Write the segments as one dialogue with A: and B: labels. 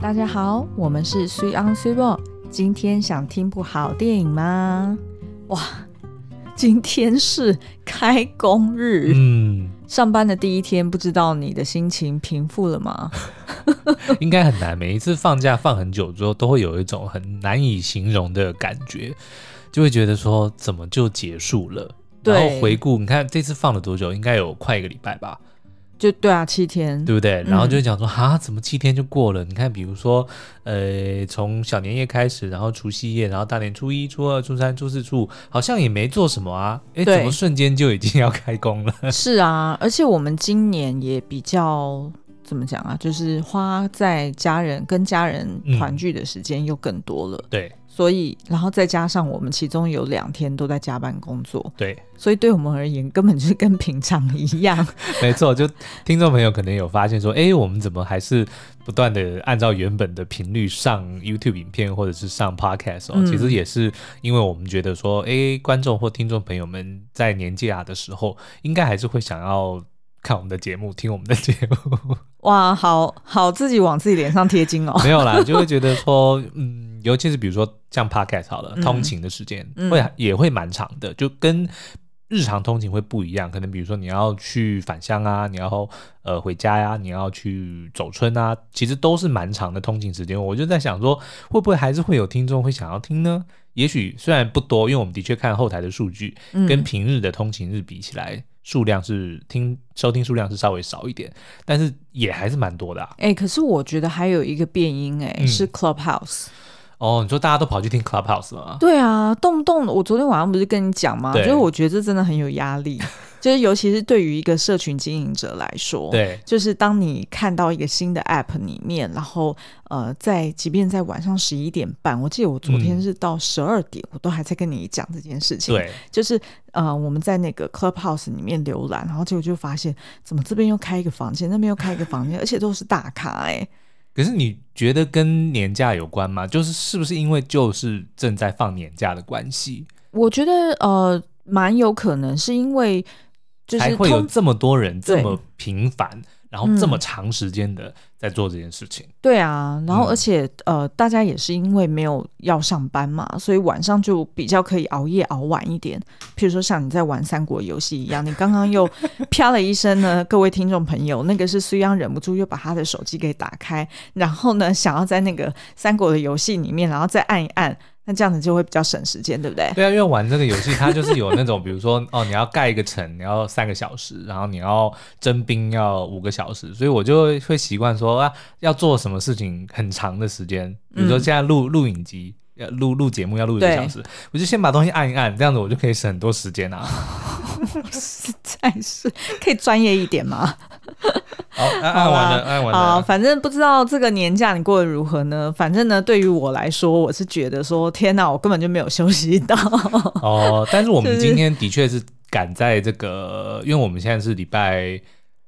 A: 大家好，我们是 Sui on Sui Bo。今天想听部好电影吗？哇，今天是开工日，上班的第一天，不知道你的心情平复了吗？
B: 应该很难，每一次放假放很久之后，都会有一种很难以形容的感觉，就会觉得说怎么就结束了？然后回顾，你看这次放了多久？应该有快1个礼拜吧。
A: 就对啊，7天，
B: 对不对？然后就会讲说怎么7天就过了？你看比如说从小年夜开始，然后除夕夜，然后大年初一、初二、初三、初四、初五，好像也没做什么啊，怎么瞬间就已经要开工了？
A: 是啊，而且我们今年也比较怎么讲啊，就是花在跟家人团聚的时间又更多了，
B: 对，
A: 所以然后再加上我们其中有2天都在加班工作，
B: 对，
A: 所以对我们而言根本就是跟平常一样。
B: 没错，就听众朋友可能有发现说，我们怎么还是不断的按照原本的频率上 YouTube 影片或者是上 Podcast 其实也是因为我们觉得说，观众或听众朋友们在年假的时候，应该还是会想要看我们的节目，听我们的节目。
A: 哇，好自己往自己脸上贴金哦。
B: 没有啦，就会觉得说，尤其是比如说像 Podcast 好了，通勤的时间也会蛮长的，就跟日常通勤会不一样。可能比如说你要去返乡啊，你要回家呀，你要去走春啊，其实都是蛮长的通勤时间。我就在想说，会不会还是会有听众会想要听呢？也许虽然不多，因为我们的确看后台的数据，跟平日的通勤日比起来，数量是收听数量是稍微少一点，但是也还是蛮多的啊。
A: 可是我觉得还有一个变因是 Clubhouse。
B: 你说大家都跑去听 Clubhouse 吗？
A: 对啊，动不动我昨天晚上不是跟你讲吗？就是我觉得这真的很有压力。就是尤其是对于一个社群经营者来说，
B: 对，
A: 就是当你看到一个新的 app 里面，然后即便在晚上11点半，我记得我昨天是到12点，我都还在跟你讲这件事情。
B: 对，
A: 就是我们在那个 Clubhouse 里面浏览，然后结果就发现，怎么这边又开一个房间，那边又开一个房间，而且都是大咖
B: 可是你觉得跟年假有关吗？是不是因为就是正在放年假的关系？
A: 我觉得蛮有可能是因为就是
B: 才会有这么多人这么频繁，然后这么长时间的在做这件事情。
A: 对啊，然后而且大家也是因为没有要上班嘛，所以晚上就比较可以熬夜熬晚一点。譬如说像你在玩三国游戏一样，你刚刚又啪了一声呢，各位听众朋友，那个是苏央忍不住又把他的手机给打开，然后呢想要在那个三国的游戏里面，然后再按一按。那这样子就会比较省时间，对不对？
B: 对啊，因为玩这个游戏它就是有那种比如说你要盖一个城你要3个小时，然后你要征兵要5个小时，所以我就会习惯说要做什么事情很长的时间，比如说现在录影集录节目要录1个小时，我就先把东西按一按，这样子我就可以省很多时间啊。
A: 实在是可以专业一点吗？
B: 好，按完了。
A: 好，反正不知道这个年假你过得如何呢？反正呢，对于我来说，我是觉得说，天哪，我根本就没有休息到。
B: 但是我们今天的确是赶在这个，因为我们现在是礼拜。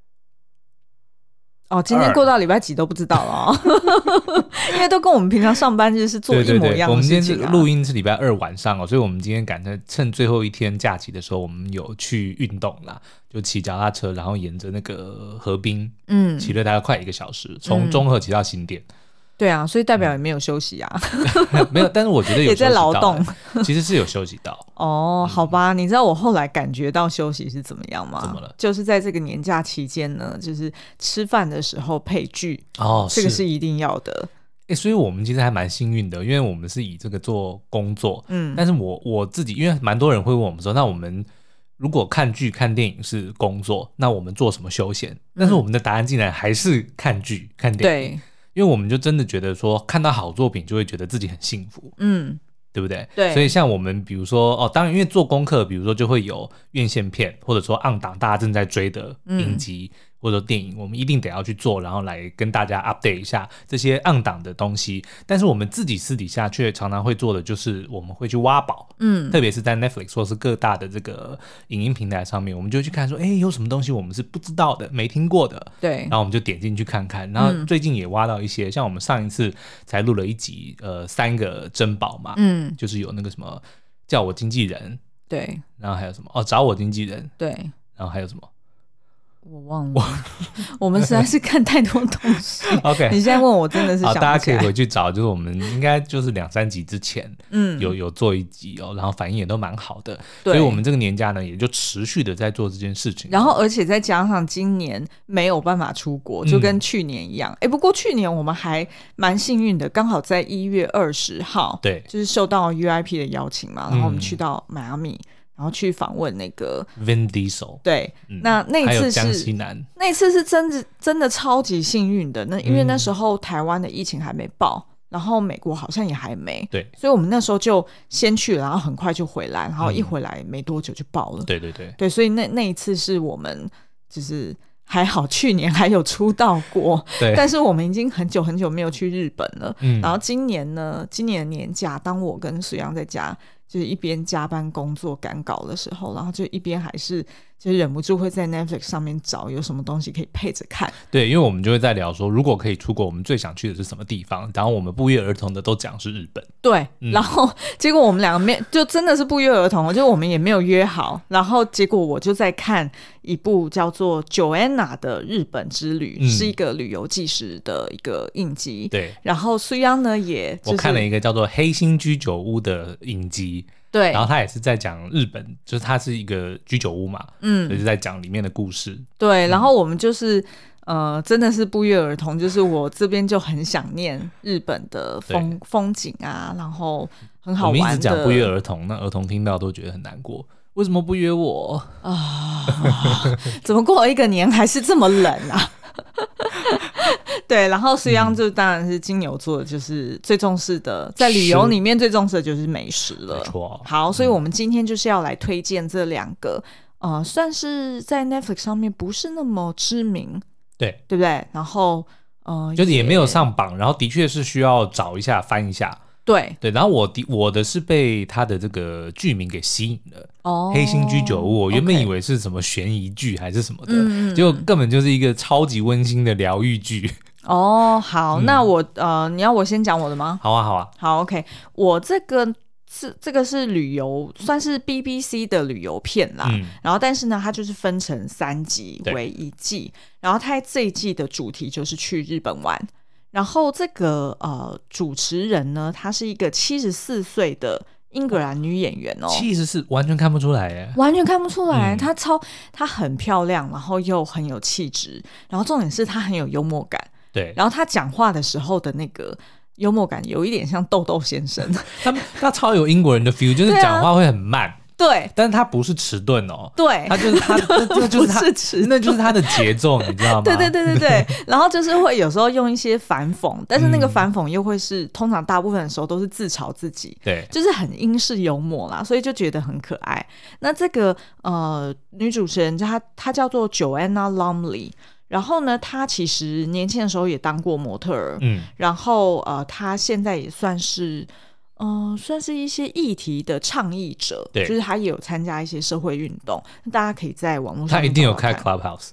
A: 今天过到礼拜几都不知道了因为都跟我们平常上班日是做一模一样的事情。
B: 我们今天录音是礼拜2晚上所以我们今天赶在趁最后一天假期的时候，我们有去运动啦，就骑脚踏车，然后沿着那个河滨，骑了大概快1个小时，从中和骑到新店。
A: 对啊，所以代表也没有休息啊。
B: 没有，但是我觉得有休息到，
A: 也在劳动
B: 其实是有休息到。
A: 好吧，你知道我后来感觉到休息是怎么样吗？
B: 怎么了？
A: 就是在这个年假期间呢，就是吃饭的时候配剧这个是一定要的。
B: 所以我们其实还蛮幸运的，因为我们是以这个做工作，但是我自己，因为蛮多人会问我们说，那我们如果看剧看电影是工作，那我们做什么休闲？但是我们的答案竟然还是看剧看电影。对，因为我们就真的觉得说，看到好作品就会觉得自己很幸福，对不对？
A: 对，
B: 所以像我们比如说当然因为做功课，比如说就会有院线片，或者说on档大家正在追的影集，或者电影，我们一定得要去做，然后来跟大家 update 一下这些on档的东西。但是我们自己私底下却常常会做的就是我们会去挖宝，特别是在 Netflix 或是各大的这个影音平台上面，我们就去看说有什么东西我们是不知道的没听过的，对，然后我们就点进去看看。然后最近也挖到一些，像我们上一次才录了一集3个珍宝嘛，就是有那个什么叫我经纪人，对，然后还有什么找我经纪人，对，然后还有什么
A: 我忘了，我们实在是看太多东西。
B: OK，
A: 你现在问我真的是想不起来。
B: 好，大家可以回去找，就是我们应该就是2-3集之前，有做一集哦，然后反应也都蛮好的，所以我们这个年假呢也就持续的在做这件事情。
A: 然后而且再加上今年没有办法出国，就跟去年一样。不过去年我们还蛮幸运的，刚好在1月20号，
B: 对，
A: 就是受到 UIP 的邀请嘛，然后我们去到迈阿密。然后去访问那个
B: Vin Diesel，
A: 对，那一次是
B: 还有江西南，
A: 那一次是真的超级幸运的。那因为那时候台湾的疫情还没爆，然后美国好像也还没，
B: 对，
A: 所以我们那时候就先去了，然后很快就回来，然后一回来没多久就爆了。
B: 对对对
A: 对，所以那一次是我们就是还好，去年还有出道过，
B: 对，
A: 但是我们已经很久很久没有去日本了。然后今年的年假，当我跟水阳在家。就是一边加班工作赶稿的时候，然后就一边还是就忍不住会在 Netflix 上面找有什么东西可以配着看。
B: 对，因为我们就会在聊说，如果可以出国，我们最想去的是什么地方？然后我们不约而同的都讲是日本。
A: 对，然后结果我们两个就真的是不约而同，就我们也没有约好，然后结果我就在看一部叫做 Joanna 的日本之旅，是一个旅游纪实的一个影集。
B: 对，
A: 然后苏央呢也、
B: 我看了一个叫做黑心居酒屋的影集。
A: 对，
B: 然后他也是在讲日本，就是他是一个居酒屋嘛，就是在讲里面的故事。
A: 对，然后我们就是真的是不约而同，就是我这边就很想念日本的风景啊，然后很好玩的。
B: 我们一直讲不约而同，那儿童听到都觉得很难过。为什么不约我
A: 啊？怎么过了1个年还是这么冷啊？对，然后实际上就当然是金牛座，就是最重视的，在旅游里面最重视的就是美食了。
B: 没错。
A: 好，所以我们今天就是要来推荐这2个，算是在 Netflix 上面不是那么知名，对不对？然后
B: 就是也没有上榜，然后的确是需要找一下翻一下。对，然后我的是被他的这个剧名给吸引了。黑心居酒屋，我原本以为是什么悬疑剧还是什么的，结果根本就是一个超级温馨的疗愈剧。
A: 好，那我你要我先讲我的吗？
B: 好啊，
A: 好 ，OK， 我这个是旅游，算是 BBC 的旅游片啦。然后但是呢，它就是分成3集为1季，然后它这一季的主题就是去日本玩。然后这个主持人呢，她是一个74岁的英格兰女演员哦
B: ，74完全看不出来耶，
A: 完全看不出来。她很漂亮，然后又很有气质，然后重点是她很有幽默感。
B: 对，
A: 然后她讲话的时候的那个幽默感有一点像豆豆先生，
B: 他超有英国人的 feel， 就是讲话会很慢。
A: 对，
B: 但是他不是迟钝哦，
A: 对，
B: 他就是他，那就是他，那就是他的节奏，你知道吗？
A: 对，然后就是会有时候用一些反讽，但是那个反讽又会是通常大部分的时候都是自嘲自己，
B: 对，
A: 就是很英式幽默啦，所以就觉得很可爱。那这个女主持人她叫做 Joanna Lumley。然后呢，她其实年轻的时候也当过模特儿，然后她现在也算是一些议题的倡议者，就是他也有参加一些社会运动，大家可以在网络上，
B: 他一定有开 Clubhouse，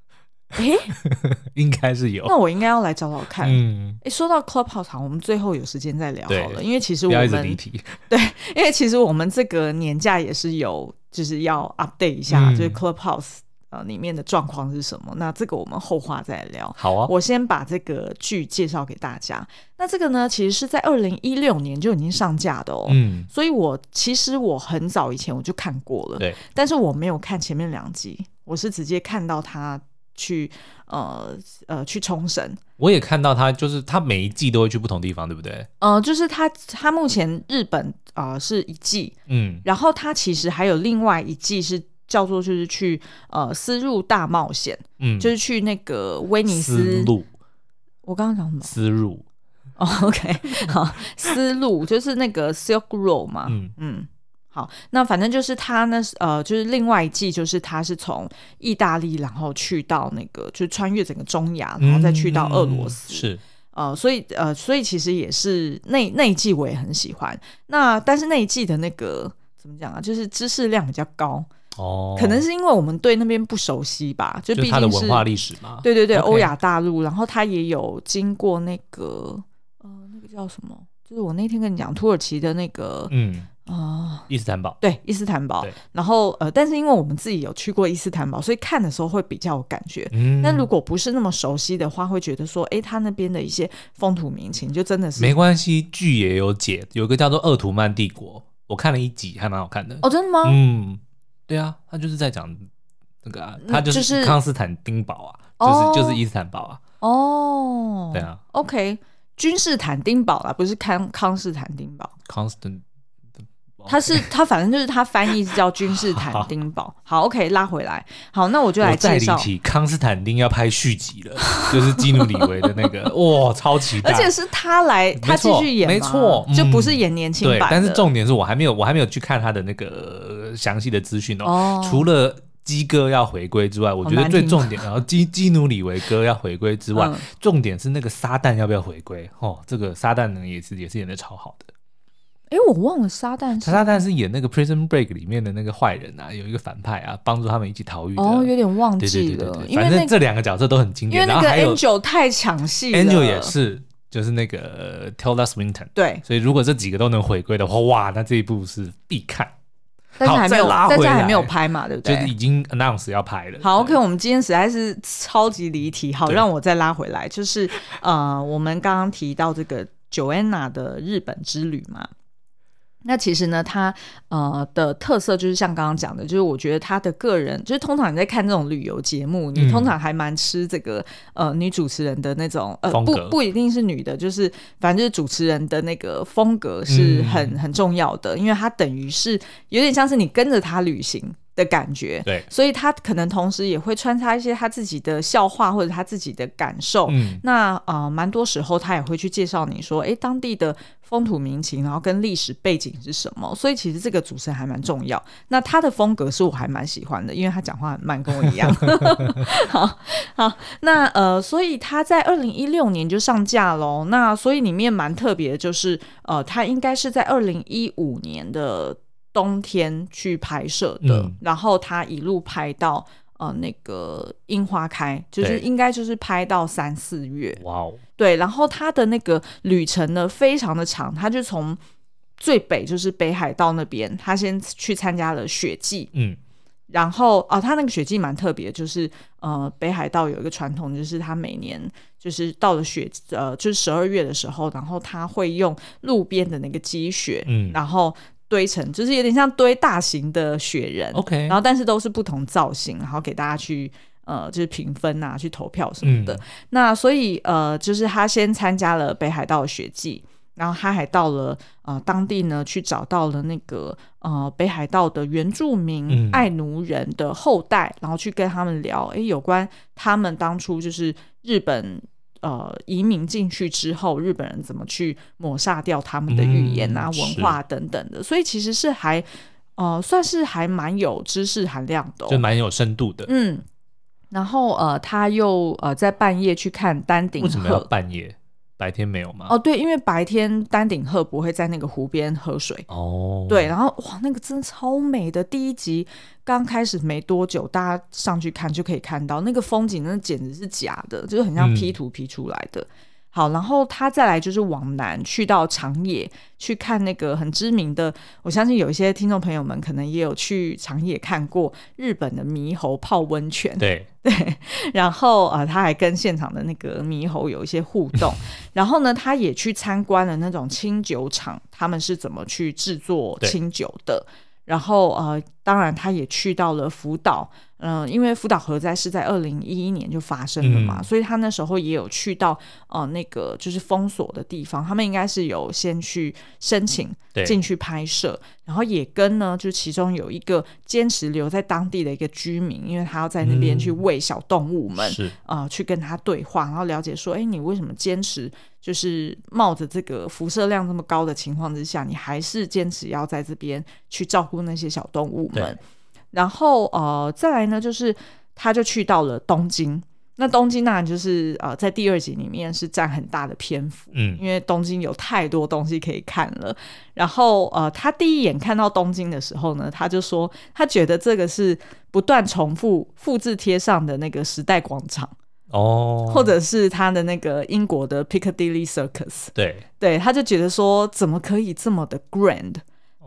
B: 应该是有。
A: 那我应该要来找找看。说到 Clubhouse， 好，我们最后有时间再聊好了，因为其实我们不要一直离题。对，因为其实我们这个年假也是有，就是要 update 一下，就是 Clubhouse。里面的状况是什么？那这个我们后话再聊。
B: 好啊，
A: 我先把这个剧介绍给大家。那这个呢，其实是在2016年就已经上架的哦。所以其实我很早以前我就看过了，
B: 对，
A: 但是我没有看前面2集，我是直接看到他去冲绳。
B: 我也看到他，就是他每一季都会去不同地方，对不对？
A: 就是他目前日本是1季，然后他其实还有另外1季是。叫做就是去丝路大冒险，就是去那个威尼斯。
B: 丝路，
A: 我刚刚讲什么？
B: 丝路。
A: OK， 好，丝路就是那个 Silk Road 嘛。好，那反正就是他呢，就是另外1季，就是他是从意大利，然后去到那个，就是穿越整个中亚，然后再去到俄罗斯。
B: 是。
A: 所以其实也是那1季我也很喜欢。但是那1季的那个怎么讲啊？就是知识量比较高。可能是因为我们对那边不熟悉吧，就毕竟是
B: 他的文化历史嘛。
A: 对，欧亚大陆，然后他也有经过那个那个叫什么？就是我那天跟你讲土耳其的那个
B: 伊斯坦堡，
A: 对，伊斯坦堡。然后但是因为我们自己有去过伊斯坦堡，所以看的时候会比较有感觉。但如果不是那么熟悉的话，会觉得说，他那边的一些风土民情就真的是
B: 没关系。剧也有解，有一个叫做《鄂图曼帝国》，我看了1集，还蛮好看的。
A: 哦，真的吗？
B: 对啊，他就是在讲那个他就是康斯坦丁堡啊，就是伊斯坦堡啊。
A: 哦，
B: 对啊
A: ，OK， 君士坦丁堡啦，不是康斯坦丁堡。
B: Constant，
A: 他反正就是他翻译是叫君士坦丁堡。好 ，OK， 拉回来。好，那我就来介绍。
B: 我再离题，康斯坦丁要拍续集了，就是基努里维的那个，哇，超期待！
A: 而且是他继续演吗？
B: 没错，
A: 就不是演年轻版的。
B: 对，但是重点是我还没有去看他的那个详细的资讯哦。除了鸡哥要回归之外，我觉得最重点，然后基努里维哥要回归之外，重点是那个撒旦要不要回归？这个撒旦呢也是演的超好的。
A: 我忘了撒旦
B: 是演那个 Prison Break 里面的那个坏人啊，有一个反派啊，帮助他们一起逃狱的。
A: 有点忘记了。
B: 对，反正这2个角色都很经典。
A: 因为那个 Angel 太抢戏了。
B: Angel 也是，就是那个 Tilda Swinton。对，所以如果这几个都能回归的话，哇，那这一部是必看。
A: 但是还没有拍嘛，对不对？
B: 就是已经 announce 要拍了。
A: 好 ，OK， 我们今天实在是超级离题，好，让我再拉回来，就是我们刚刚提到这个 Joanna 的日本之旅嘛。那其实呢，他的特色就是像刚刚讲的，就是我觉得他的个人，就是通常你在看这种旅游节目，你通常还蛮吃这个女主持人的那种不一定是女的，就是反正就是主持人的那个风格是很重要的，因为他等于是有点像是你跟着他旅行的感觉。
B: 对，
A: 所以他可能同时也会穿插一些他自己的笑话或者他自己的感受。那蛮多时候他也会去介绍你说，当地的风土民情，然后跟历史背景是什么。所以其实这个主持人还蛮重要。那他的风格是我还蛮喜欢的，因为他讲话很慢，跟我一样。好，那所以他在2016年就上架咯。那所以里面蛮特别的就是他应该是在2015年的冬天去拍摄的，然后他一路拍到那个樱花开，就是应该就是拍到3、4月。哇哦！对，然后他的那个旅程呢非常的长，他就从最北就是北海道那边，他先去参加了雪季。然后他那个雪季蛮特别，就是北海道有一个传统，就是他每年就是到了就是12月的时候，然后他会用路边的那个积雪，然后堆成就是有点像堆大型的雪人。OK， 然后但是都是不同造型，然后给大家去就是评分啊，去投票什么的。那所以就是他先参加了北海道的雪季，然后他还到了当地呢，去找到了那个北海道的原住民爱奴人的后代，然后去跟他们聊有关他们当初就是日本移民进去之后，日本人怎么去抹杀掉他们的语言啊、文化等等的。所以其实是还算是还蛮有知识含量的，
B: 就蛮有深度的。
A: 然后他又在半夜去看丹顶鹤。
B: 为什么要半夜？白天没有吗？
A: 对，因为白天丹顶鹤不会在那个湖边喝水。对，然后哇，那个真的超美的。第一集刚开始没多久，大家上去看就可以看到那个风景，真的简直是假的，就是很像 P 图 P 出来的。好，然后他再来就是往南去到长野去看那个很知名的，我相信有一些听众朋友们可能也有去长野看过日本的猕猴泡温泉。对，然后他还跟现场的那个猕猴有一些互动。然后呢，他也去参观了那种清酒厂，他们是怎么去制作清酒的。然后当然他也去到了福岛，因为福岛核灾是在2011年就发生了嘛，所以他那时候也有去到那个就是封锁的地方，他们应该是有先去申请进去拍摄，然后也跟呢就其中有一个坚持留在当地的一个居民，因为他要在那边去喂小动物们，去跟他对话，然后了解说你为什么坚持就是冒着这个辐射量这么高的情况之下，你还是坚持要在这边去照顾那些小动物们。然后再来呢，就是他就去到了东京。那东京当然就是在第2集里面是占很大的篇幅，因为东京有太多东西可以看了。然后他第一眼看到东京的时候呢，他就说他觉得这个是不断重复复制贴上的那个时代广场。或者是他的那个英国的 Piccadilly Circus。对，他就觉得说怎么可以这么的 grand。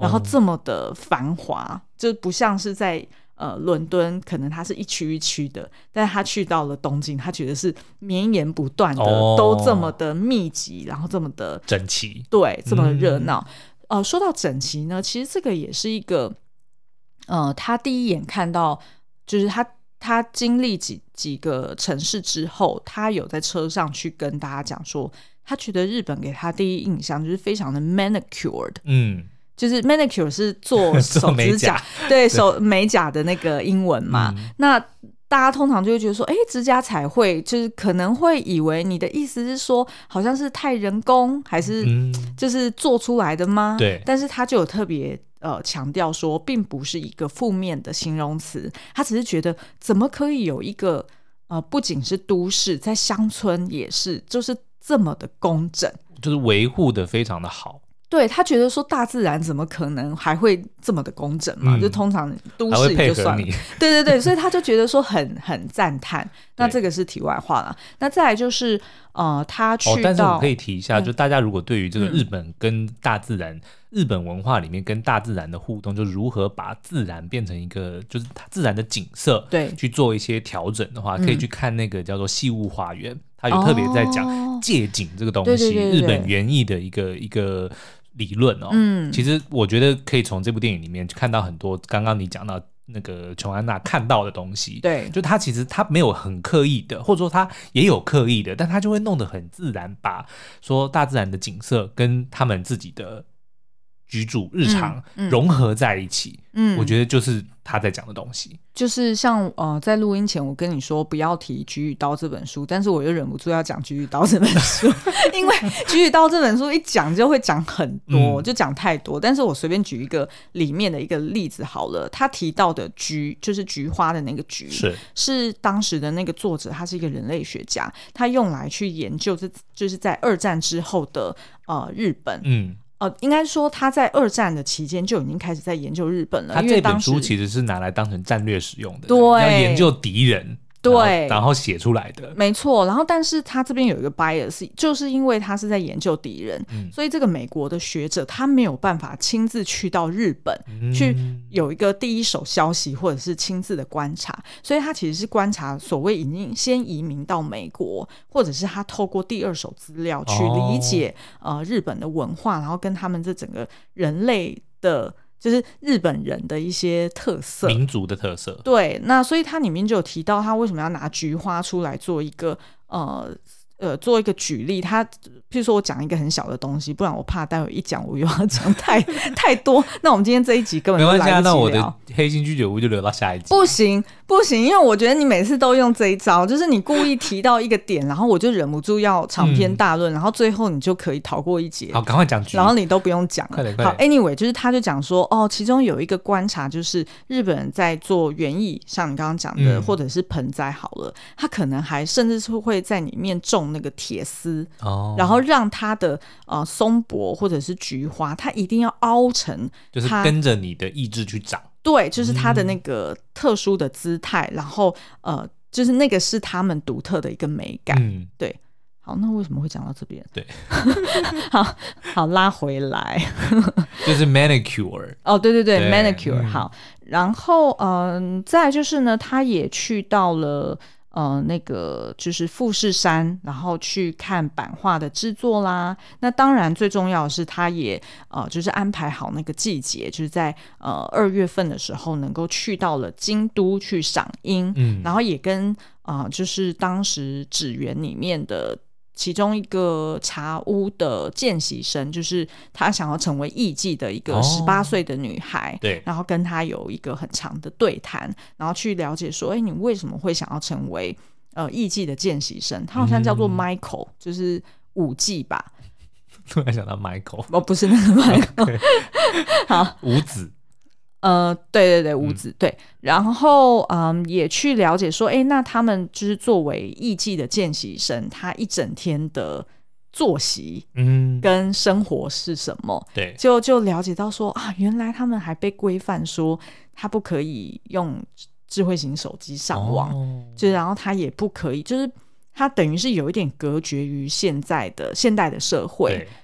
A: 然后这么的繁华，就不像是在伦敦可能它是一区一区的，但是他去到了东京，他觉得是绵延不断的，都这么的密集，然后这么的
B: 整齐，
A: 对，这么的热闹。说到整齐呢，其实这个也是一个他第一眼看到，就是他经历几个城市之后，他有在车上去跟大家讲说，他觉得日本给他第一印象就是非常的 manicured， 就是 manicure 是做手指甲对手美甲的那个英文嘛，那大家通常就会觉得说指甲彩绘，就是可能会以为你的意思是说好像是太人工还是就是做出来的吗？
B: 对，
A: 但是他就有特别强调说并不是一个负面的形容词，他只是觉得怎么可以有一个不仅是都市，在乡村也是就是这么的工整，
B: 就是维护的非常的好。
A: 对，他觉得说大自然怎么可能还会这么的工整嘛，就通常都市也就算了，对对对，所以他就觉得说很赞叹。那这个是题外话了。那再来就是他去到但
B: 是我可以提一下，就大家如果对于这个日本跟大自然日本文化里面跟大自然的互动，就如何把自然变成一个就是自然的景色，
A: 对，
B: 去做一些调整的话，可以去看那个叫做细物花园，它有特别在讲借景这个东西，
A: 对对对对对，
B: 日本园艺的一个理论其实我觉得可以从这部电影里面看到很多刚刚你讲到那个琼安娜看到的东西，
A: 对，
B: 就他其实他没有很刻意的，或者说他也有刻意的，但他就会弄得很自然，把说大自然的景色跟他们自己的居住日常融合在一起，我觉得就是他在讲的东西。
A: 就是像在录音前我跟你说不要提《菊与刀》这本书，但是我又忍不住要讲《菊与刀》这本书因为《菊与刀》这本书一讲就会讲很多，就讲太多，但是我随便举一个里面的一个例子好了。他提到的菊就是菊花的那个菊，是当时的那个作者，他是一个人类学家，他用来去研究就是在2战之后的日本，应该说他在2战的期间就已经开始在研究日本了。
B: 他这本书其实是拿来当成战略使用的，
A: 对，
B: 要研究敌人，
A: 对，
B: 然后写出来的，
A: 没错。然后但是他这边有一个 bias， 就是因为他是在研究敌人，所以这个美国的学者他没有办法亲自去到日本，去有一个第一手消息或者是亲自的观察，所以他其实是观察所谓已经先移民到美国，或者是他透过第2手资料去理解日本的文化，然后跟他们这整个人类的就是日本人的一些特色，
B: 民族的特色。
A: 对，那所以他里面就有提到他为什么要拿菊花出来做一个做一个举例。他譬如说我讲一个很小的东西，不然我怕待会一讲我又要讲太多那我们今天这一集根本就来不及聊。
B: 没关系，那我的黑心居酒屋就留到下一集。
A: 不行，因为我觉得你每次都用这一招，就是你故意提到一个点，然后我就忍不住要长篇大论，然后最后你就可以逃过一劫。
B: 好，赶快讲，
A: 然后你都不用讲了。
B: 快点。
A: 好 anyway， 就是他就讲说其中有一个观察，就是日本人在做园艺，像你刚刚讲的，或者是盆栽好了，他可能还甚至是会在里面种那个铁丝，然后让它的松柏或者是菊花，它一定要凹成，
B: 就是跟着你的意志去长。
A: 对，就是它的那个特殊的姿态，然后就是那个是他们独特的一个美感。对。好，那为什么会讲到这边？
B: 对，
A: 好拉回来，
B: 就是 manicure。
A: 对 manicure。好，然后再来就是呢，他也去到了那个就是富士山，然后去看版画的制作啦。那当然最重要的是他也就是安排好那个季节，就是在2月份的时候能够去到了京都去赏樱，然后也跟就是当时纸园里面的其中一个茶屋的见习生，就是他想要成为艺妓的一个18岁的女孩，
B: 对，
A: 然后跟他有一个很长的对谈，然后去了解说你为什么会想要成为艺妓的见习生。他好像叫做 Michael，就是舞妓吧。
B: 突然想到 Michael，
A: 不是那个 Michael 好，
B: 舞子。
A: 对舞子。对，然后也去了解说那他们就是作为艺妓的见习生，他一整天的作息跟生活是什么。
B: 对，
A: 就了解到说原来他们还被规范说他不可以用智慧型手机上网，就然后他也不可以，就是他等于是有一点隔绝于现代的社会。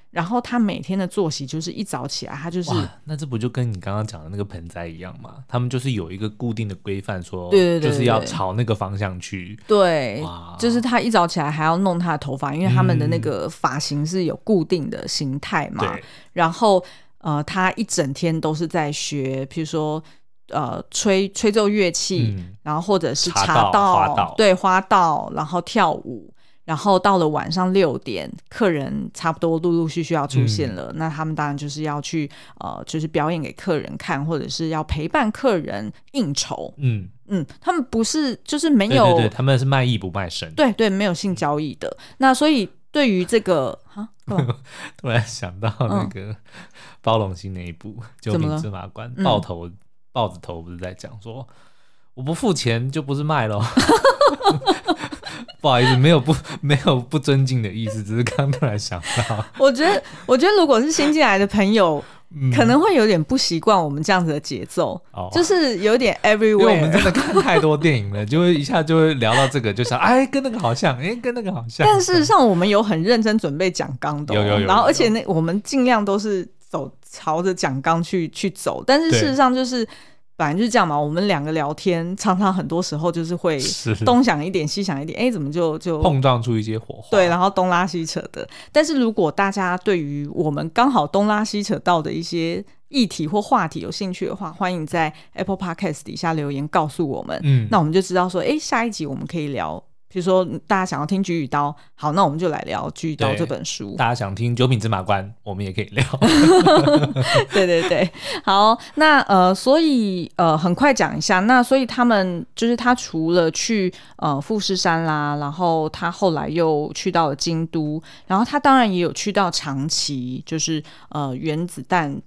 A: 然后他每天的作息就是一早起来他就是，
B: 那这不就跟你刚刚讲的那个盆栽一样吗？他们就是有一个固定的规范说，
A: 对，
B: 就是要朝那个方向去。
A: 对，就是他一早起来还要弄他的头发，因为他们的那个发型是有固定的形态嘛。然后他一整天都是在学，比如说吹奏乐器，然后或者是茶道，对，花道，然后跳舞。然后到了晚上6点，客人差不多陆陆续续要出现了，那他们当然就是要去就是表演给客人看，或者是要陪伴客人应酬。他们不是就是没有，
B: 对，他们是卖艺不卖身，
A: 对，没有性交易的。那所以对于这个
B: 突然想到那个包龙星那一部《九品芝麻官》，豹子头不是在讲说我不付钱就不是卖咯。不好意思，没有不尊敬的意思，只是刚突然想到。我觉
A: 得如果是新进来的朋友，可能会有点不习惯我们这样子的节奏，就是有点 everywhere。因
B: 为我们真的看太多电影了，就会一下就会聊到这个，就想跟那个好像，跟那个好像。
A: 但事实上，我们有很认真准备讲纲的，
B: 有，
A: 然后而且我们尽量都是朝着讲纲去走，但是事实上就是。本来就是这样嘛，我们两个聊天常常很多时候就是会东想一点西想一点，怎么就
B: 碰撞出一些火花，
A: 对，然后东拉西扯的。但是如果大家对于我们刚好东拉西扯到的一些议题或话题有兴趣的话，欢迎在 Apple Podcast 底下留言告诉我们，那我们就知道说下一集我们可以聊，比如说大家想要听菊与刀，好，那我们就来聊菊与刀这本书。
B: 大家想听九品芝麻官，我们也可以聊。
A: 对，好，那所以很快讲一下，那所以他们就是他除了去富士山啦，然后他后来又去到了京都，然后他当然也有去到长崎，就是原子弹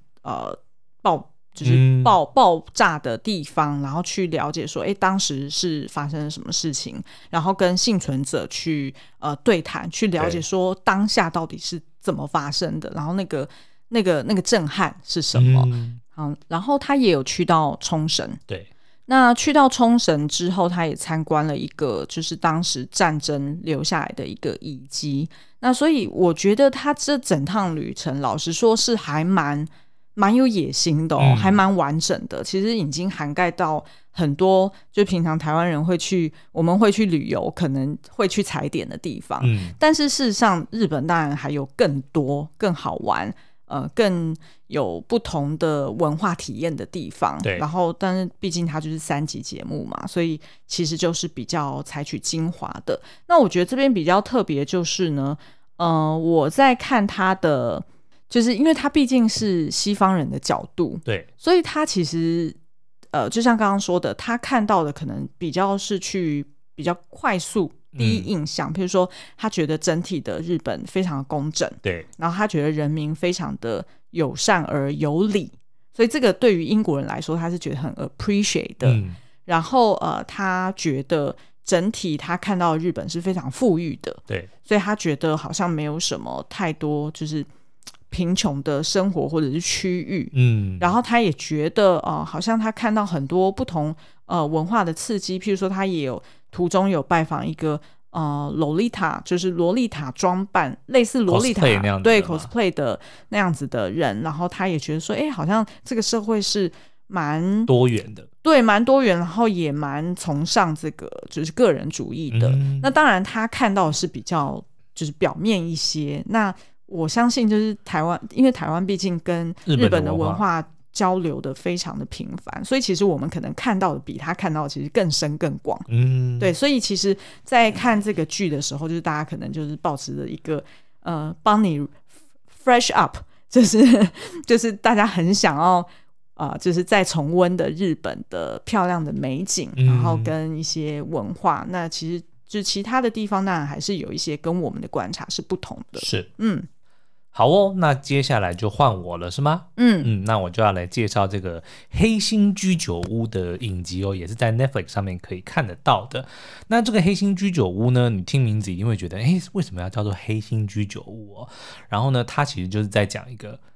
A: 就是爆炸的地方，然后去了解说当时是发生了什么事情，然后跟幸存者去对谈，去了解说当下到底是怎么发生的，然后那个震撼是什么。好，然后他也有去到冲绳，
B: 对，
A: 那去到冲绳之后，他也参观了一个就是当时战争留下来的一个遗迹。那所以我觉得他这整趟旅程老实说是还蛮有野心的还蛮完整的，其实已经涵盖到很多就平常台湾人我们会去旅游可能会去踩点的地方，但是事实上日本当然还有更多更好玩更有不同的文化体验的地方。对，然后但是毕竟它就是3集节目嘛，所以其实就是比较采取精华的。那我觉得这边比较特别就是呢我在看它的，就是因为他毕竟是西方人的角度，对，所以他其实就像刚刚说的，他看到的可能比较是去比较快速第一印象，譬如说他觉得整体的日本非常的工整，对，然后他觉得人民非常的友善而有礼，所以这个对于英国人来说他是觉得很 appreciate 的，然后他觉得整体他看到日本是非常富裕的，对，所以他觉得好像没有什么太多就是贫穷的生活或者是区域，然后他也觉得好像他看到很多不同文化的刺激，譬如说他也有途中有拜访一个洛丽塔，就是洛丽塔装扮类似洛丽塔 cosplay 对 cosplay 的那样子的人，然后他也觉得说好像这个社会是蛮
B: 多元的，
A: 对，蛮多元，然后也蛮崇尚这个就是个人主义的，那当然他看到的是比较就是表面一些，那我相信就是台湾，因为台湾毕竟跟日本的文化交流的非常的频繁，所以其实我们可能看到的比他看到的其实更深更广，对，所以其实在看这个剧的时候，就是大家可能就是抱持着一个帮你 fresh up， 就是大家很想要就是在重温的日本的漂亮的美景，然后跟一些文化，那其实就其他的地方当然还是有一些跟我们的观察是不同的，是
B: 好哦，那接下来就换我了是吗？那我就要来介绍这个黑心居酒屋的影集也是在 Netflix 上面可以看得到的。那这个黑心居酒屋呢，你听名字一定会觉得为什么要叫做黑心居酒屋然后呢，它其实就是在讲一个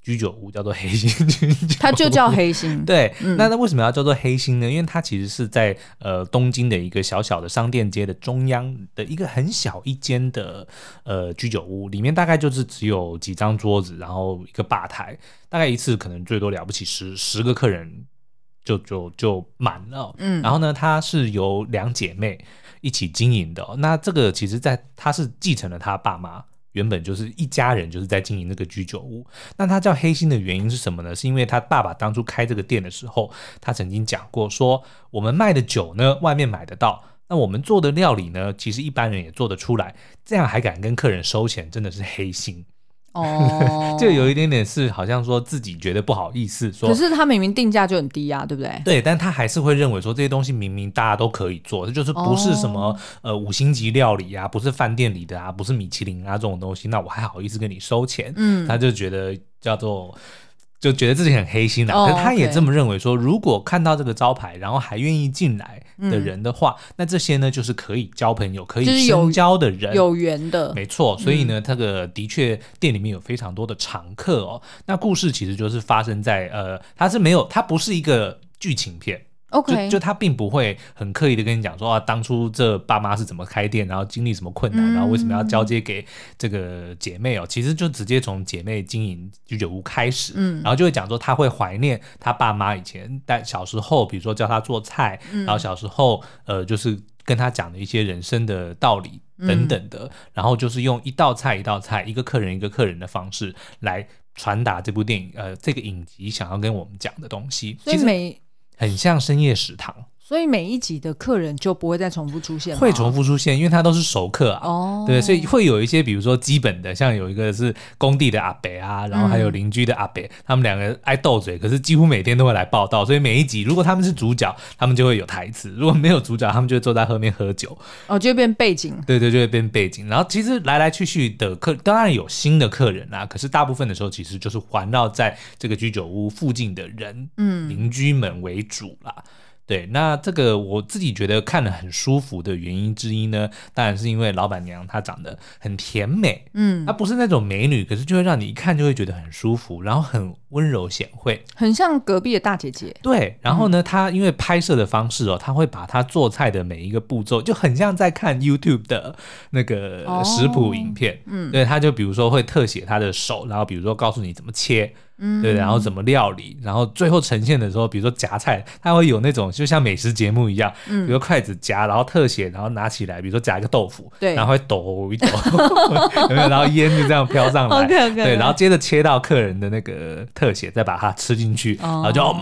B: 居酒屋叫做黑心居酒屋，
A: 它就叫黑心。
B: 对，那为什么要叫做黑心呢？因为它其实是在东京的一个小小的商店街的中央的一个很小一间的居酒屋，里面大概就是只有几张桌子，然后一个吧台，大概一次可能最多了不起十个客人就满了。然后呢，它是由2姐妹一起经营的。那这个其实它是继承了他爸妈。原本就是一家人就是在经营那个居酒屋。那他叫黑心的原因是什么呢？是因为他爸爸当初开这个店的时候，他曾经讲过说，我们卖的酒呢外面买得到，那我们做的料理呢其实一般人也做得出来，这样还敢跟客人收钱，真的是黑心。就有一点点是好像说自己觉得不好意思说，
A: 可是他明明定价就很低啊，对不对？
B: 对，但他还是会认为说这些东西明明大家都可以做，这就是不是什么5星级料理啊，不是饭店里的啊，不是米其林啊这种东西，那我还好意思跟你收钱？他就觉得就觉得自己很黑心啦。可是他也这么认为说，如果看到这个招牌然后还愿意进来的人的话，那这些呢就是可以交朋友可以深交的人，就是
A: 有缘的。
B: 没错，所以呢这个的确店里面有非常多的常客哦。那故事其实就是发生在它不是一个剧情片。
A: Okay.
B: 就他并不会很刻意的跟你讲说当初这爸妈是怎么开店，然后经历什么困难，然后为什么要交接给这个姐妹其实就直接从姐妹经营居酒屋开始，然后就会讲说他会怀念他爸妈以前在小时候，比如说教他做菜，然后小时候就是跟他讲的一些人生的道理等等的，然后就是用一道菜一道菜，一个客人一个客人的方式来传达这部电影这个影集想要跟我们讲的东西，
A: 所以
B: 很像深夜食堂。
A: 所以每一集的客人就不会再重复出现吗？
B: 会重复出现，因为他都是熟客啊。对，所以会有一些比如说基本的，像有一个是工地的阿伯啊，然后还有邻居的阿伯，他们两个爱斗嘴，可是几乎每天都会来报道，所以每一集如果他们是主角，他们就会有台词；如果没有主角，他们就会坐在后面喝酒，
A: 就会变背景。对，
B: 就会变背景。然后其实来来去去的当然有新的客人啦，可是大部分的时候其实就是环绕在这个居酒屋附近的人，邻居们为主啦。对，那这个我自己觉得看了很舒服的原因之一呢，当然是因为老板娘她长得很甜美，她不是那种美女，可是就会让你一看就会觉得很舒服，然后很温柔贤惠，
A: 很像隔壁的大姐姐。
B: 对，然后呢，她因为拍摄的方式她会把她做菜的每一个步骤，就很像在看 YouTube 的那个食谱影片，对，她就比如说会特写她的手，然后比如说告诉你怎么切。对，然后怎么料理，然后最后呈现的时候，比如说夹菜，它会有那种就像美食节目一样，比如说筷子夹，然后特写，然后拿起来，比如说夹一个豆腐，
A: 对，
B: 然后会抖一抖，有没有？然后烟就这样飘上来，对，然后接着切到客人的那个特写，再把它吃进去，然后就Oh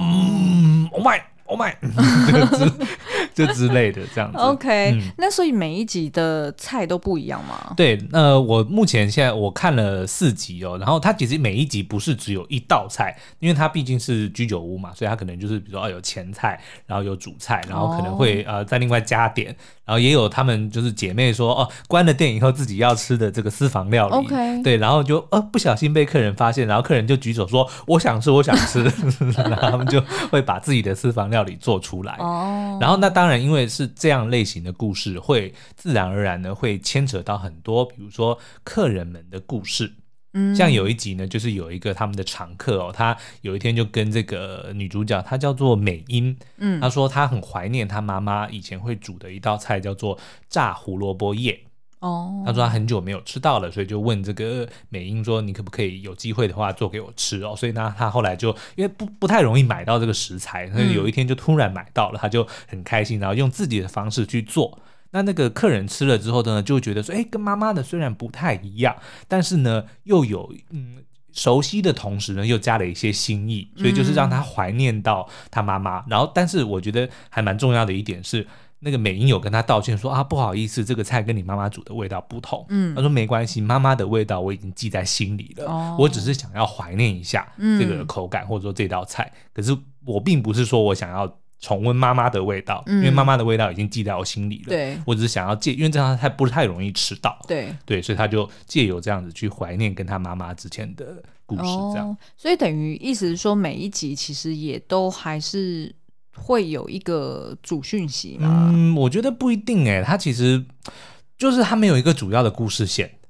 B: my 就之类的这样子。
A: OK，那所以每一集的菜都不一样吗？
B: 对，我目前现在我看了4集然后它其实每一集不是只有一道菜，因为它毕竟是居酒屋嘛，所以它可能就是比如说有前菜，然后有主菜，然后可能会再另外加点，然后也有他们就是姐妹说关了店以后自己要吃的这个私房料理。
A: OK，
B: 对，然后就不小心被客人发现，然后客人就举手说我想吃，然后他们就会把自己的私房料理做出来。然后那当然因为是这样类型的故事，会自然而然的会牵扯到很多比如说客人们的故事。像有一集呢，就是有一个他们的常客他有一天就跟这个女主角，她叫做美英，她说她很怀念她妈妈以前会煮的一道菜，叫做炸胡萝卜叶。他说他很久没有吃到了，所以就问这个美英说你可不可以有机会的话做给我吃所以呢他后来就因为不太容易买到这个食材，所以有一天就突然买到了，他就很开心，然后用自己的方式去做。那个客人吃了之后呢，就会觉得说跟妈妈的虽然不太一样，但是呢又有熟悉的同时呢又加了一些新意，所以就是让他怀念到他妈妈。然后但是我觉得还蛮重要的一点是，那个美英有跟他道歉说不好意思，这个菜跟你妈妈煮的味道不同。他说没关系，妈妈的味道我已经记在心里了，我只是想要怀念一下这个口感或者说这道菜，可是我并不是说我想要重温妈妈的味道，因为妈妈的味道已经记在我心里了。
A: 对，
B: 我只是想要因为这道菜不太容易吃到。
A: 对，
B: 所以他就借由这样子去怀念跟他妈妈之前的故事这样。
A: 所以等于意思是说每一集其实也都还是会有一个主讯息吗？
B: 我觉得不一定它其实就是它没有一个主要的故事线。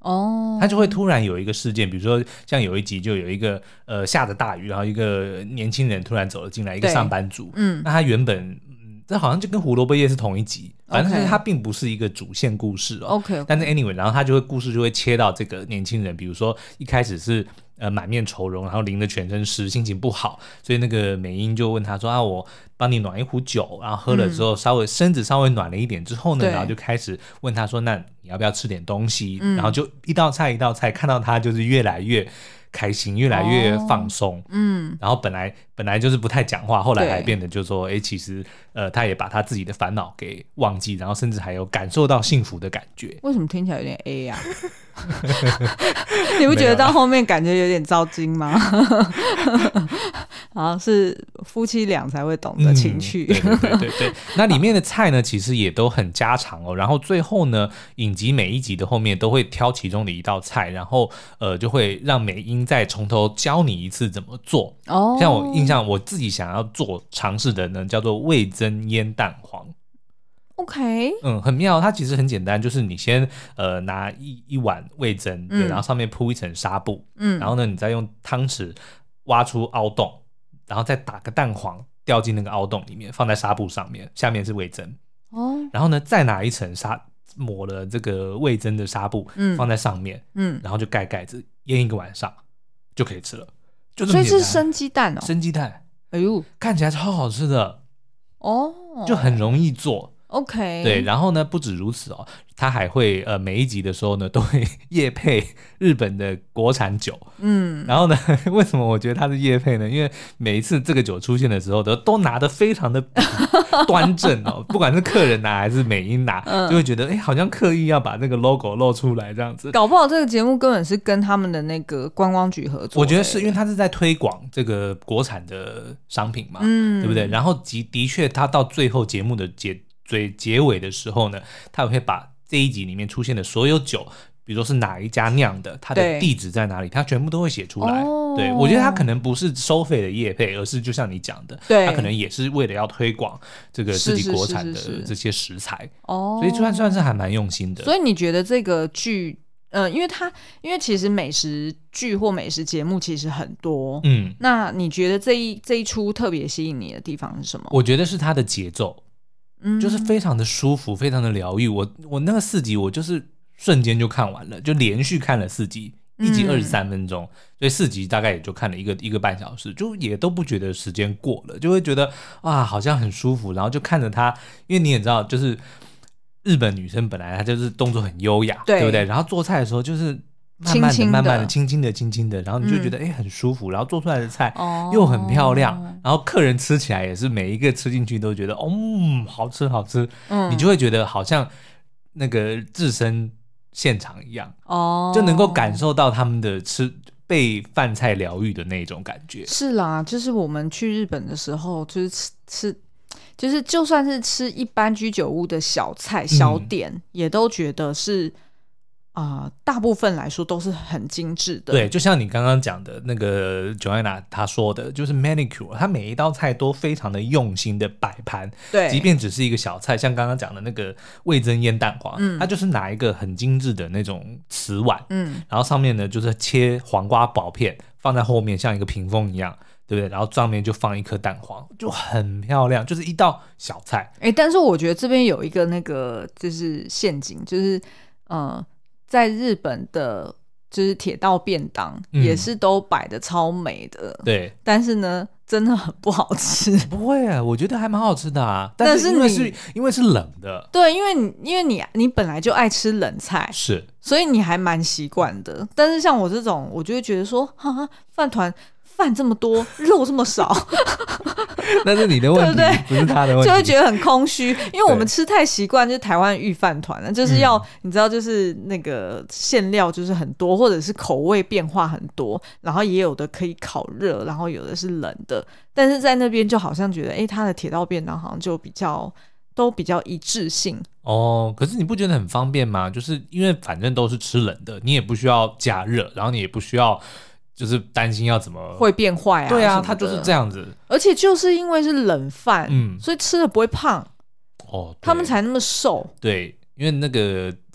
A: 哦，
B: 他就会突然有一个事件，比如说像有一集就有一个下着大雨，然后一个年轻人突然走了进来，一个上班族，那他原本这好像就跟胡萝卜叶是同一集，反正是它并不是一个主线故事哦。
A: OK，
B: 但是 anyway， 然后他就会故事就会切到这个年轻人，比如说一开始是满面愁容，然后淋得全身湿，心情不好，所以那个美英就问他说啊，我帮你暖一壶酒，然后喝了之后身子稍微暖了一点之后呢，然后就开始问他说，那你要不要吃点东西？然后就一道菜一道菜，看到他就是越来越开心，越来越放松，然后本来就是不太讲话，后来还变得就说，其实他也把他自己的烦恼给忘记，然后甚至还有感受到幸福的感觉。
A: 为什么听起来有点 A 啊？你不觉得到后面感觉有点糟心吗？好像是夫妻俩才会懂的情趣。
B: 对，那里面的菜呢，其实也都很家常哦。然后最后呢，影集每一集的后面都会挑其中的一道菜，然后就会让美英再从头教你一次怎么做。像我印象，我自己想要尝试的呢，叫做味噌腌蛋黄。
A: OK，
B: 很妙，它其实很简单，就是你先拿一碗味噌，然后上面铺一层纱布，然后呢，你再用汤匙挖出凹洞，然后再打个蛋黄掉进那个凹洞里面，放在纱布上面，下面是味噌，然后呢，再拿一层抹了这个味噌的纱布，放在上面，然后就盖盖子腌一个晚上就可以吃了，就这么简单。
A: 所以是生鸡蛋哦，
B: 生鸡蛋，
A: 哎呦，
B: 看起来超好吃的
A: 哦，
B: 就很容易做。
A: OK，
B: 对，然后呢，不止如此哦，他还会每一集的时候呢，都会业配日本的国产酒。然后呢，为什么我觉得他是业配呢？因为每一次这个酒出现的时候都拿得非常的端正哦，不管是客人拿还是美英拿，就会觉得好像刻意要把那个 logo 露出来这样子。
A: 搞不好这个节目根本是跟他们的那个观光局合作。
B: 我觉得是因为他是在推广这个国产的商品嘛，对不对？然后的确，他到最后节目的结尾的时候呢，他也会把这一集里面出现的所有酒，比如说是哪一家酿的，它的地址在哪里，他全部都会写出来。对，我觉得他可能不是收费的业配，而是就像你讲的，他可能也是为了要推广这个自己国产的这些食材，所以算是还蛮用心的。
A: 所以你觉得这个剧因为其实美食剧或美食节目其实很多，那你觉得这一出特别吸引你的地方是什么？
B: 我觉得是它的节奏，就是非常的舒服，非常的疗愈。我那个4集我就是瞬间就看完了，就连续看了4集，一集23分钟，所以4集大概也就看了一个半小时，就也都不觉得时间过了，就会觉得好像很舒服，然后就看着他，因为你也知道，就是日本女生本来她就是动作很优雅，对不对？然后做菜的时候就是慢慢的、轻轻的，然后你就觉得很舒服，然后做出来的菜又很漂亮，然后客人吃起来也是每一个吃进去都觉得好吃，你就会觉得好像那个置身现场一样，就能够感受到他们的被饭菜疗愈的那种感觉。
A: 是啦，就是我们去日本的时候，就是吃。就是就算是吃一般居酒屋的小菜小点，也都觉得是大部分来说都是很精致的。
B: 对，就像你刚刚讲的那个 Joanna 她说的，就是 manicure， 她每一道菜都非常的用心的摆盘，
A: 对，
B: 即便只是一个小菜，像刚刚讲的那个味噌腌蛋黄，它就是拿一个很精致的那种瓷碗，然后上面呢就是切黄瓜薄片放在后面，像一个屏风一样。对不对？然后上面就放一颗蛋黄，就很漂亮，就是一道小菜。
A: 但是我觉得这边有一个那个就是陷阱，就是在日本的，就是铁道便当也是都摆的超美的，对。但是呢，真的很不好吃。
B: 不会啊，我觉得还蛮好吃的啊。但是因为是冷的，
A: 对，因为你本来就爱吃冷菜，
B: 是，
A: 所以你还蛮习惯的。但是像我这种，我就会觉得说，饭团。饭这么多，肉这么少，
B: 那是你的问题，对不对？不是他的问题，
A: 就会觉得很空虚。因为我们吃太习惯，就是台湾御饭团了，就是要你知道，就是那个馅料就是很多，或者是口味变化很多，然后也有的可以烤热，然后有的是冷的。但是在那边就好像觉得，它的铁道便当好像就比较一致性。
B: 可是你不觉得很方便吗？就是因为反正都是吃冷的，你也不需要加热，然后你也不需要。就是担心要怎么
A: 会变坏啊？
B: 对啊，它就是这样子。
A: 而且就是因为是冷饭，所以吃的不会胖。他们才那么瘦。
B: 对，因为那个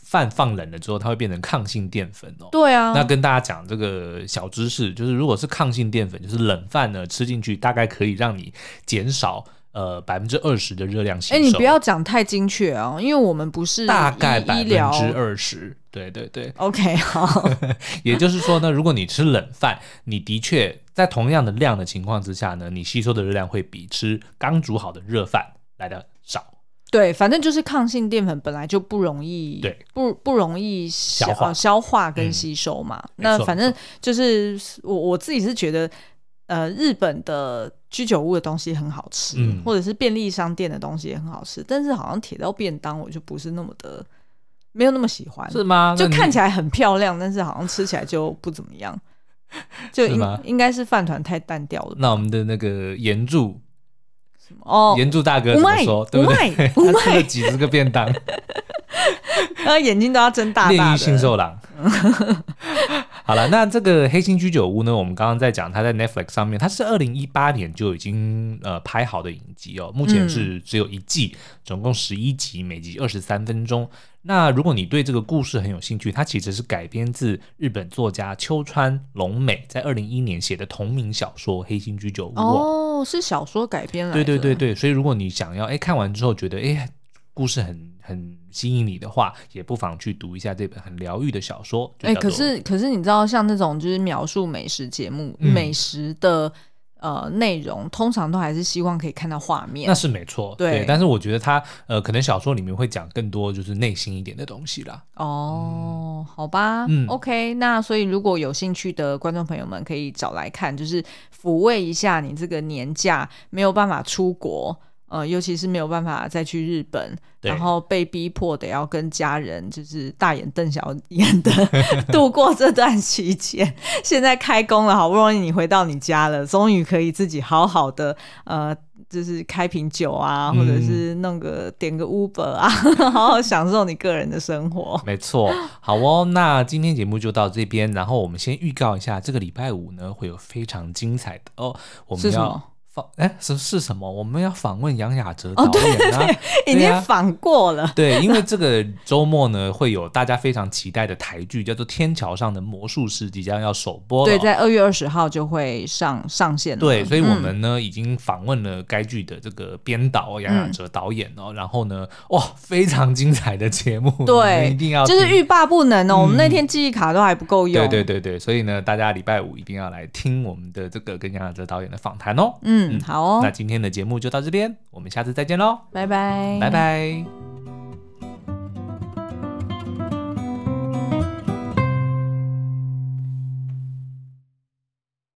B: 饭放冷了之后它会变成抗性淀粉哦。
A: 对啊，
B: 那跟大家讲这个小知识，就是如果是抗性淀粉，就是冷饭呢吃进去大概可以让你减少20%的热量吸收。
A: 你不要讲太精确啊，因为我们不是
B: 大概
A: 20%。
B: 对对对
A: OK 好
B: 也就是说呢，如果你吃冷饭，你的确在同样的量的情况之下呢，你吸收的热量会比吃刚煮好的热饭来的少。
A: 对，反正就是抗性淀粉本来就不容易，
B: 对，
A: 不容易消化跟吸收嘛。那反正就是我自己是觉得，日本的居酒屋的东西很好吃，或者是便利商店的东西也很好吃，但是好像铁道便当我就不是那么的，没有那么喜欢，
B: 是吗？
A: 就看起来很漂亮，但是好像吃起来就不怎么样，就应该是饭团太单调了。
B: 那我们的那个岩柱。岩柱大哥
A: 怎
B: 么说？对不对？他吃了几十个便当，
A: 眼睛都要睁大大的。
B: 炼狱性兽郎。好了，那这个黑心居酒屋呢，我们刚刚在讲，它在 Netflix 上面，它是2018年就已经拍好的影集哦，目前是只有1季，总共11集，每集23分钟。那如果你对这个故事很有兴趣，它其实是改编自日本作家秋川龙美在2001年写的同名小说《黑心居酒屋》
A: 哦，是小说改编来的。
B: 对对对对，所以如果你想要看完之后觉得故事很吸引你的话，也不妨去读一下这本很疗愈的小说。
A: 可是你知道，像那种就是描述美食节目、美食的内容，通常都还是希望可以看到画面。
B: 那是没错，
A: 对。
B: 但是我觉得它可能小说里面会讲更多就是内心一点的东西啦。
A: 哦，好吧，OK。那所以如果有兴趣的观众朋友们可以找来看，就是抚慰一下你这个年假没有办法出国。尤其是没有办法再去日本，然后被逼迫的要跟家人就是大眼瞪小眼的度过这段期间。现在开工了，好不容易你回到你家了，终于可以自己好好的就是开瓶酒啊，或者是点个 Uber 啊，好好享受你个人的生活。
B: 没错，好哦，那今天节目就到这边，然后我们先预告一下，这个礼拜五呢会有非常精彩的哦，我们要是什么？我们要访问杨雅哲导演啊，
A: 已经访过了。
B: 对，因为这个周末呢，会有大家非常期待的台剧，叫做《天桥上的魔术师》，即将要首播了。
A: 对，在2月20号就会上线了。
B: 对，所以我们呢已经访问了该剧的这个编导杨雅哲导演哦，然后呢，哇，非常精彩的节目，
A: 对，
B: 一定要
A: 就是欲罢不能哦。我们那天记忆卡都还不够用。
B: 对，所以呢，大家礼拜五一定要来听我们的这个跟杨雅哲导演的访谈哦。
A: 好哦。
B: 那今天的节目就到这边，我们下次再见喽，
A: 拜拜，
B: 拜拜。